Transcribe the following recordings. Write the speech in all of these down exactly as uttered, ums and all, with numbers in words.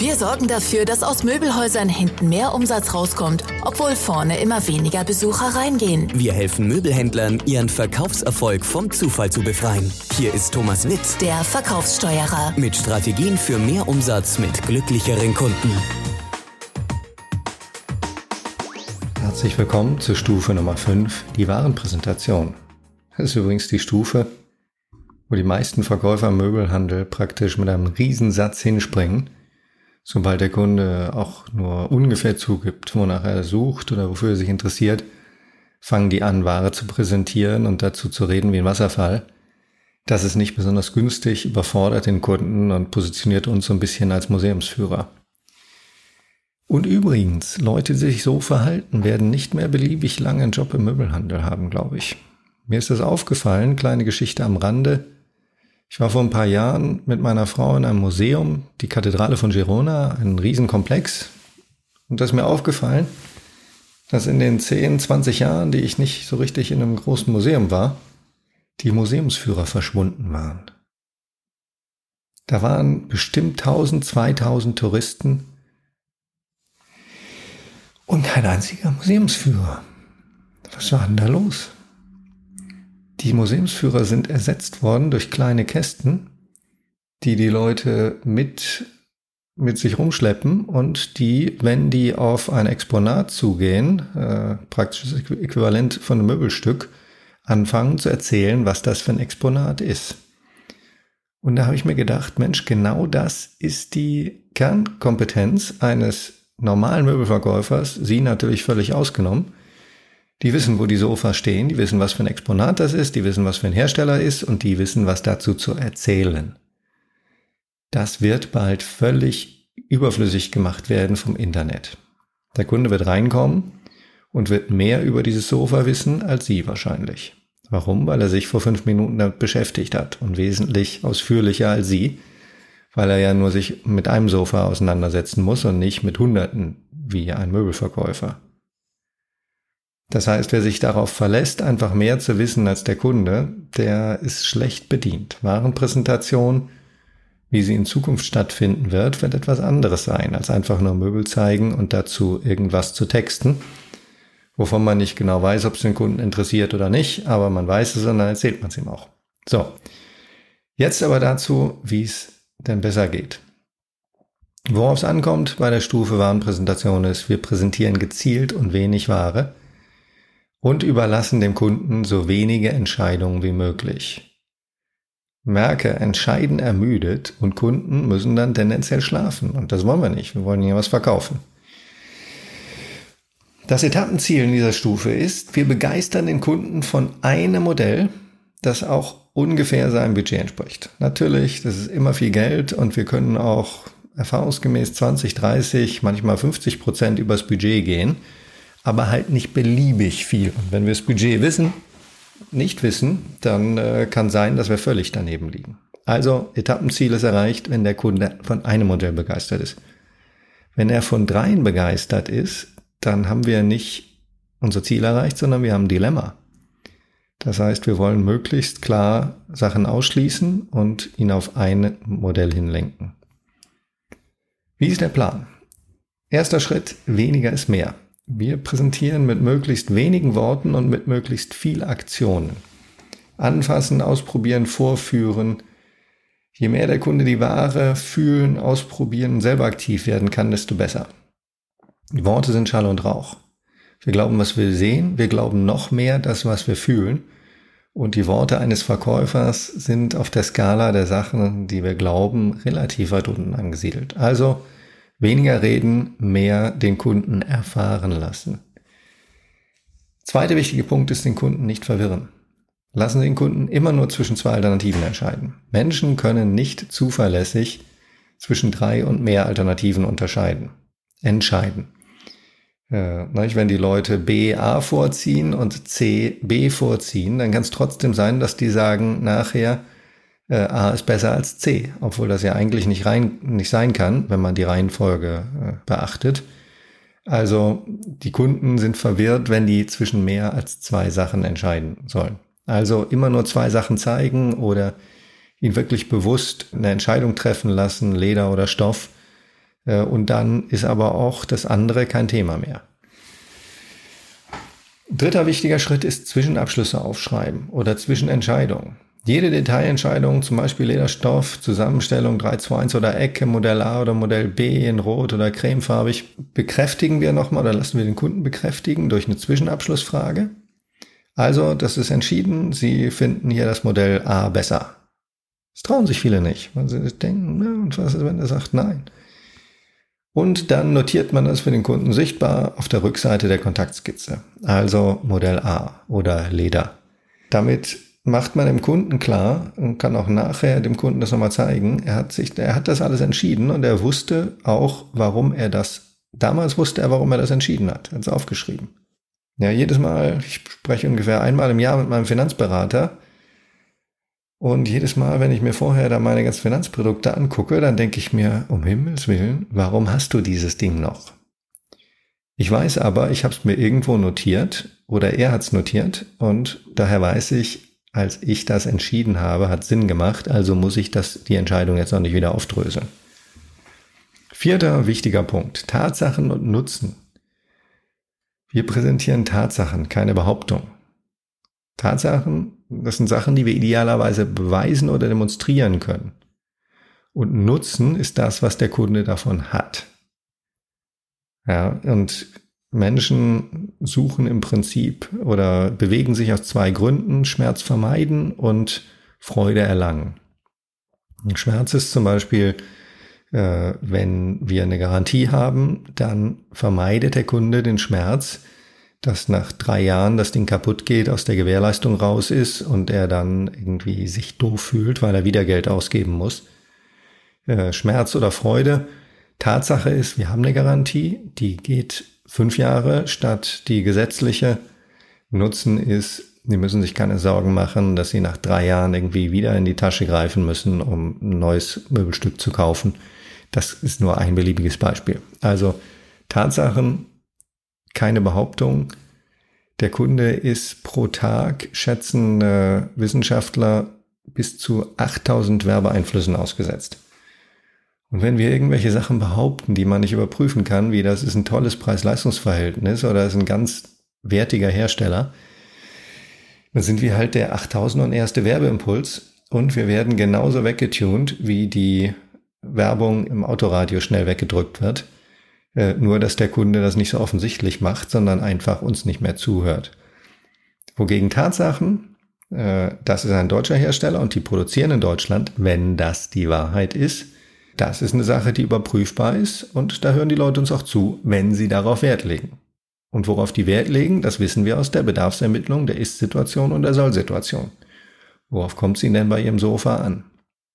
Wir sorgen dafür, dass aus Möbelhäusern hinten mehr Umsatz rauskommt, obwohl vorne immer weniger Besucher reingehen. Wir helfen Möbelhändlern, ihren Verkaufserfolg vom Zufall zu befreien. Hier ist Thomas Witt, der Verkaufssteuerer. Mit Strategien für mehr Umsatz mit glücklicheren Kunden. Herzlich willkommen zur Stufe Nummer fünf, die Warenpräsentation. Das ist übrigens die Stufe, wo die meisten Verkäufer im Möbelhandel praktisch mit einem Riesensatz hinspringen, sobald der Kunde auch nur ungefähr zugibt, wonach er sucht oder wofür er sich interessiert, fangen die an, Ware zu präsentieren und dazu zu reden wie ein Wasserfall. Das ist nicht besonders günstig, überfordert den Kunden und positioniert uns so ein bisschen als Museumsführer. Und übrigens, Leute, die sich so verhalten, werden nicht mehr beliebig lange einen Job im Möbelhandel haben, glaube ich. Mir ist das aufgefallen, kleine Geschichte am Rande. Ich war vor ein paar Jahren mit meiner Frau in einem Museum, die Kathedrale von Girona, ein Riesenkomplex. Und da ist mir aufgefallen, dass in den zehn, zwanzig Jahren, die ich nicht so richtig in einem großen Museum war, die Museumsführer verschwunden waren. Da waren bestimmt tausend, zweitausend Touristen und kein einziger Museumsführer. Was war denn da los? Die Museumsführer sind ersetzt worden durch kleine Kästen, die die Leute mit, mit sich rumschleppen und die, wenn die auf ein Exponat zugehen, äh, praktisch das Äquivalent von einem Möbelstück, anfangen zu erzählen, was das für ein Exponat ist. Und da habe ich mir gedacht, Mensch, genau das ist die Kernkompetenz eines normalen Möbelverkäufers, Sie natürlich völlig ausgenommen. Die wissen, wo die Sofas stehen, die wissen, was für ein Exponat das ist, die wissen, was für ein Hersteller ist und die wissen, was dazu zu erzählen. Das wird bald völlig überflüssig gemacht werden vom Internet. Der Kunde wird reinkommen und wird mehr über dieses Sofa wissen als Sie wahrscheinlich. Warum? Weil er sich vor fünf Minuten damit beschäftigt hat und wesentlich ausführlicher als Sie, weil er ja nur sich mit einem Sofa auseinandersetzen muss und nicht mit Hunderten wie ein Möbelverkäufer. Das heißt, wer sich darauf verlässt, einfach mehr zu wissen als der Kunde, der ist schlecht bedient. Warenpräsentation, wie sie in Zukunft stattfinden wird, wird etwas anderes sein, als einfach nur Möbel zeigen und dazu irgendwas zu texten, wovon man nicht genau weiß, ob es den Kunden interessiert oder nicht, aber man weiß es und dann erzählt man es ihm auch. So, jetzt aber dazu, wie es denn besser geht. Worauf es ankommt bei der Stufe Warenpräsentation ist, wir präsentieren gezielt und wenig Ware und überlassen dem Kunden so wenige Entscheidungen wie möglich. Merke, Entscheiden ermüdet und Kunden müssen dann tendenziell schlafen. Und das wollen wir nicht. Wir wollen hier was verkaufen. Das Etappenziel in dieser Stufe ist, wir begeistern den Kunden von einem Modell, das auch ungefähr seinem Budget entspricht. Natürlich, das ist immer viel Geld und wir können auch erfahrungsgemäß zwanzig, dreißig, manchmal fünfzig Prozent übers Budget gehen, aber halt nicht beliebig viel. Und wenn wir das Budget wissen, nicht wissen, dann äh, kann sein, dass wir völlig daneben liegen. Also Etappenziel ist erreicht, wenn der Kunde von einem Modell begeistert ist. Wenn er von dreien begeistert ist, dann haben wir nicht unser Ziel erreicht, sondern wir haben ein Dilemma. Das heißt, wir wollen möglichst klar Sachen ausschließen und ihn auf ein Modell hinlenken. Wie ist der Plan? Erster Schritt, weniger ist mehr. Wir präsentieren mit möglichst wenigen Worten und mit möglichst viel Aktionen. Anfassen, ausprobieren, vorführen. Je mehr der Kunde die Ware fühlen, ausprobieren und selber aktiv werden kann, desto besser. Die Worte sind Schall und Rauch. Wir glauben, was wir sehen, wir glauben noch mehr das, was wir fühlen. Und die Worte eines Verkäufers sind auf der Skala der Sachen, die wir glauben, relativ weit unten angesiedelt. Also weniger reden, mehr den Kunden erfahren lassen. Zweiter wichtiger Punkt ist, den Kunden nicht verwirren. Lassen Sie den Kunden immer nur zwischen zwei Alternativen entscheiden. Menschen können nicht zuverlässig zwischen drei und mehr Alternativen unterscheiden. Entscheiden. Äh, wenn die Leute B, A vorziehen und C, B vorziehen, dann kann es trotzdem sein, dass die sagen nachher, äh, A ist besser als C, obwohl das ja eigentlich nicht, rein, nicht sein kann, wenn man die Reihenfolge äh, beachtet. Also die Kunden sind verwirrt, wenn die zwischen mehr als zwei Sachen entscheiden sollen. Also immer nur zwei Sachen zeigen oder ihn wirklich bewusst eine Entscheidung treffen lassen, Leder oder Stoff, Und dann ist aber auch das andere kein Thema mehr. Dritter wichtiger Schritt ist Zwischenabschlüsse aufschreiben oder Zwischenentscheidungen. Jede Detailentscheidung, zum Beispiel Lederstoff, Zusammenstellung drei zwei eins oder Ecke, Modell A oder Modell B in Rot oder cremefarbig, bekräftigen wir nochmal oder lassen wir den Kunden bekräftigen durch eine Zwischenabschlussfrage. Also, das ist entschieden, Sie finden hier das Modell A besser. Das trauen sich viele nicht, weil sie denken, na, und was ist, wenn er sagt nein? Und dann notiert man das für den Kunden sichtbar auf der Rückseite der Kontaktskizze. Also Modell A oder Leder. Damit macht man dem Kunden klar und kann auch nachher dem Kunden das nochmal zeigen. Er hat sich, er hat das alles entschieden und er wusste auch, warum er das, damals wusste er, warum er das entschieden hat. Er hat es aufgeschrieben. Ja, jedes Mal, ich spreche ungefähr einmal im Jahr mit meinem Finanzberater. Und jedes Mal, wenn ich mir vorher da meine ganzen Finanzprodukte angucke, dann denke ich mir, um Himmels Willen, warum hast du dieses Ding noch? Ich weiß aber, ich habe es mir irgendwo notiert oder er hat es notiert und daher weiß ich, als ich das entschieden habe, hat Sinn gemacht, also muss ich das, die Entscheidung jetzt auch nicht wieder aufdröseln. Vierter wichtiger Punkt, Tatsachen und Nutzen. Wir präsentieren Tatsachen, keine Behauptung. Tatsachen, das sind Sachen, die wir idealerweise beweisen oder demonstrieren können. Und Nutzen ist das, was der Kunde davon hat. Ja, und Menschen suchen im Prinzip oder bewegen sich aus zwei Gründen, Schmerz vermeiden und Freude erlangen. Und Schmerz ist zum Beispiel, äh, wenn wir eine Garantie haben, dann vermeidet der Kunde den Schmerz, dass nach drei Jahren das Ding kaputt geht, aus der Gewährleistung raus ist und er dann irgendwie sich doof fühlt, weil er wieder Geld ausgeben muss. Äh, Schmerz oder Freude. Tatsache ist, wir haben eine Garantie, die geht fünf Jahre statt die gesetzliche. Nutzen ist, die müssen sich keine Sorgen machen, dass sie nach drei Jahren irgendwie wieder in die Tasche greifen müssen, um ein neues Möbelstück zu kaufen. Das ist nur ein beliebiges Beispiel. Also Tatsachen, keine Behauptung. Der Kunde ist pro Tag, schätzen äh, Wissenschaftler, bis zu achttausend Werbeeinflüssen ausgesetzt. Und wenn wir irgendwelche Sachen behaupten, die man nicht überprüfen kann, wie das ist ein tolles Preis-Leistungs-Verhältnis oder ist ein ganz wertiger Hersteller, dann sind wir halt der achttausend und erste Werbeimpuls und wir werden genauso weggetunt, wie die Werbung im Autoradio schnell weggedrückt wird. Äh, nur, dass der Kunde das nicht so offensichtlich macht, sondern einfach uns nicht mehr zuhört. Wogegen Tatsachen, äh, das ist ein deutscher Hersteller und die produzieren in Deutschland, wenn das die Wahrheit ist. Das ist eine Sache, die überprüfbar ist und da hören die Leute uns auch zu, wenn sie darauf Wert legen. Und worauf die Wert legen, das wissen wir aus der Bedarfsermittlung, der Ist-Situation und der Soll-Situation. Worauf kommt es Ihnen denn bei Ihrem Sofa an?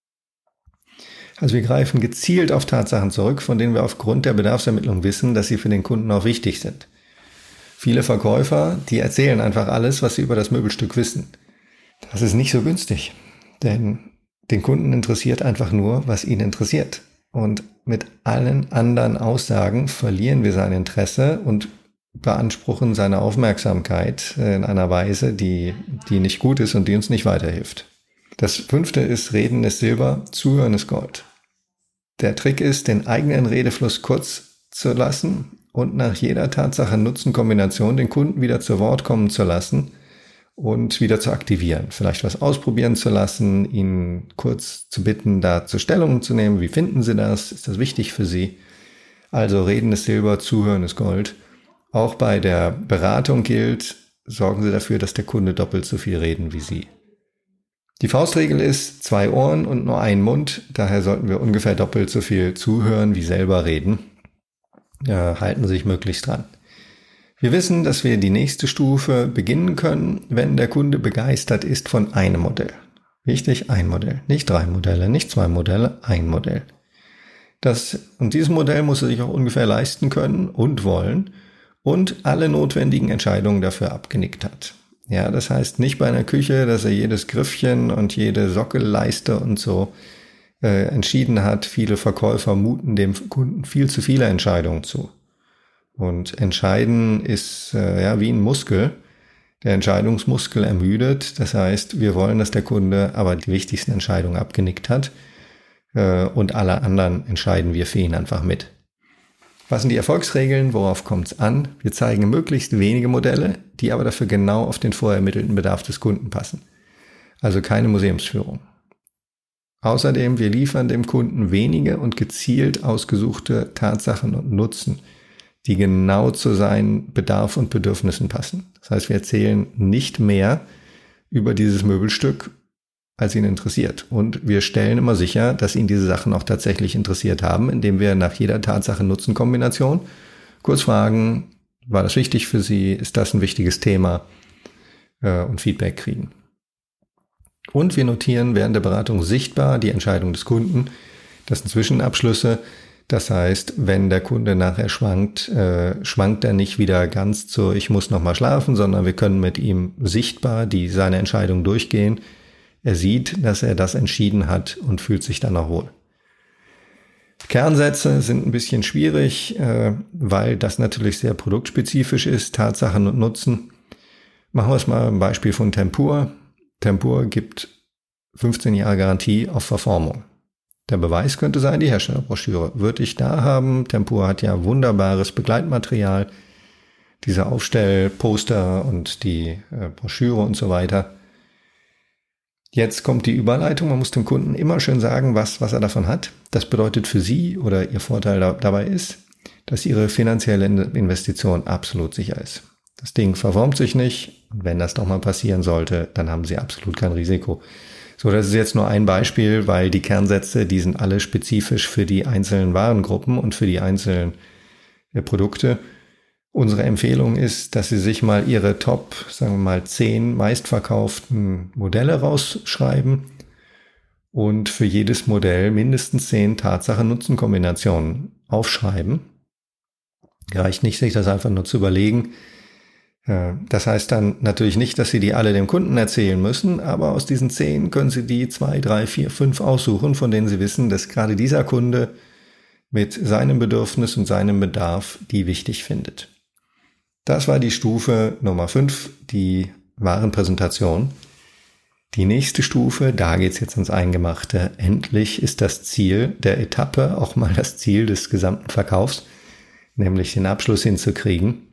Also wir greifen gezielt auf Tatsachen zurück, von denen wir aufgrund der Bedarfsermittlung wissen, dass sie für den Kunden auch wichtig sind. Viele Verkäufer, die erzählen einfach alles, was sie über das Möbelstück wissen. Das ist nicht so günstig, denn den Kunden interessiert einfach nur, was ihn interessiert. Und mit allen anderen Aussagen verlieren wir sein Interesse und beanspruchen seine Aufmerksamkeit in einer Weise, die, die nicht gut ist und die uns nicht weiterhilft. Das fünfte ist, Reden ist Silber, Zuhören ist Gold. Der Trick ist, den eigenen Redefluss kurz zu lassen und nach jeder Tatsache-Nutzen-Kombination den Kunden wieder zu Wort kommen zu lassen und wieder zu aktivieren. Vielleicht was ausprobieren zu lassen, ihn kurz zu bitten, dazu Stellung zu nehmen. Wie finden Sie das? Ist das wichtig für Sie? Also Reden ist Silber, Zuhören ist Gold. Auch bei der Beratung gilt, sorgen Sie dafür, dass der Kunde doppelt so viel reden wie Sie. Die Faustregel ist zwei Ohren und nur ein Mund, daher sollten wir ungefähr doppelt so viel zuhören wie selber reden. Ja, halten Sie sich möglichst dran. Wir wissen, dass wir die nächste Stufe beginnen können, wenn der Kunde begeistert ist von einem Modell. Wichtig, ein Modell, nicht drei Modelle, nicht zwei Modelle, ein Modell. Das, und dieses Modell muss er sich auch ungefähr leisten können und wollen und alle notwendigen Entscheidungen dafür abgenickt hat. Ja, das heißt nicht bei einer Küche, dass er jedes Griffchen und jede Sockelleiste und so äh, entschieden hat. Viele Verkäufer muten dem Kunden viel zu viele Entscheidungen zu. Und entscheiden ist äh, ja wie ein Muskel. Der Entscheidungsmuskel ermüdet. Das heißt, wir wollen, dass der Kunde aber die wichtigsten Entscheidungen abgenickt hat. Äh, und alle anderen entscheiden wir für ihn einfach mit. Was sind die Erfolgsregeln? Worauf kommt es an? Wir zeigen möglichst wenige Modelle, die aber dafür genau auf den vorher ermittelten Bedarf des Kunden passen. Also keine Museumsführung. Außerdem, wir liefern dem Kunden wenige und gezielt ausgesuchte Tatsachen und Nutzen, die genau zu seinen Bedarf und Bedürfnissen passen. Das heißt, wir erzählen nicht mehr über dieses Möbelstück, als ihn interessiert. Und wir stellen immer sicher, dass ihn diese Sachen auch tatsächlich interessiert haben, indem wir nach jeder Tatsache-Nutzen-Kombination kurz fragen, war das wichtig für Sie? Ist das ein wichtiges Thema? Äh, und Feedback kriegen. Und wir notieren während der Beratung sichtbar die Entscheidung des Kunden. Das sind Zwischenabschlüsse. Das heißt, wenn der Kunde nachher schwankt, äh, schwankt er nicht wieder ganz zu, ich muss nochmal schlafen, sondern wir können mit ihm sichtbar die seine Entscheidung durchgehen. Er sieht, dass er das entschieden hat und fühlt sich dann auch wohl. Kernsätze sind ein bisschen schwierig, äh, weil das natürlich sehr produktspezifisch ist, Tatsachen und Nutzen. Machen wir es mal ein Beispiel von Tempur. Tempur gibt fünfzehn Jahre Garantie auf Verformung. Der Beweis könnte sein, die Herstellerbroschüre. Würde ich da haben, Tempur hat ja wunderbares Begleitmaterial, diese Aufstellposter und die äh, Broschüre und so weiter. Jetzt kommt die Überleitung, man muss dem Kunden immer schön sagen, was, was er davon hat. Das bedeutet für Sie oder Ihr Vorteil da, dabei ist, dass Ihre finanzielle Investition absolut sicher ist. Das Ding verformt sich nicht und wenn das doch mal passieren sollte, dann haben Sie absolut kein Risiko. So, das ist jetzt nur ein Beispiel, weil die Kernsätze, die sind alle spezifisch für die einzelnen Warengruppen und für die einzelnen äh, Produkte. Unsere Empfehlung ist, dass Sie sich mal Ihre Top, sagen wir mal, zehn meistverkauften Modelle rausschreiben und für jedes Modell mindestens zehn Tatsache-Nutzen-Kombinationen aufschreiben. Reicht nicht, sich das einfach nur zu überlegen. Das heißt dann natürlich nicht, dass Sie die alle dem Kunden erzählen müssen, aber aus diesen zehn können Sie die zwei, drei, vier, fünf aussuchen, von denen Sie wissen, dass gerade dieser Kunde mit seinem Bedürfnis und seinem Bedarf die wichtig findet. Das war die Stufe Nummer fünf, die Warenpräsentation. Die nächste Stufe, da geht's jetzt ins Eingemachte. Endlich ist das Ziel der Etappe auch mal das Ziel des gesamten Verkaufs, nämlich den Abschluss hinzukriegen.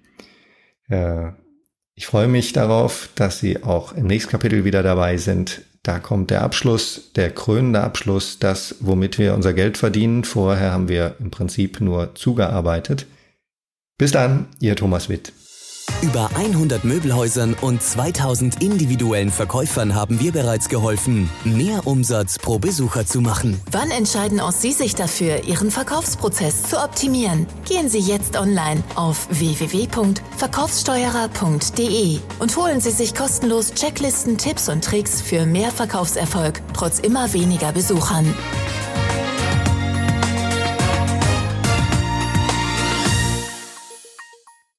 Ich freue mich darauf, dass Sie auch im nächsten Kapitel wieder dabei sind. Da kommt der Abschluss, der krönende Abschluss, das, womit wir unser Geld verdienen. Vorher haben wir im Prinzip nur zugearbeitet. Bis dann, Ihr Thomas Witt. Über hundert Möbelhäusern und zweitausend individuellen Verkäufern haben wir bereits geholfen, mehr Umsatz pro Besucher zu machen. Wann entscheiden auch Sie sich dafür, Ihren Verkaufsprozess zu optimieren? Gehen Sie jetzt online auf w w w punkt verkaufssteuerer punkt d e und holen Sie sich kostenlos Checklisten, Tipps und Tricks für mehr Verkaufserfolg trotz immer weniger Besuchern.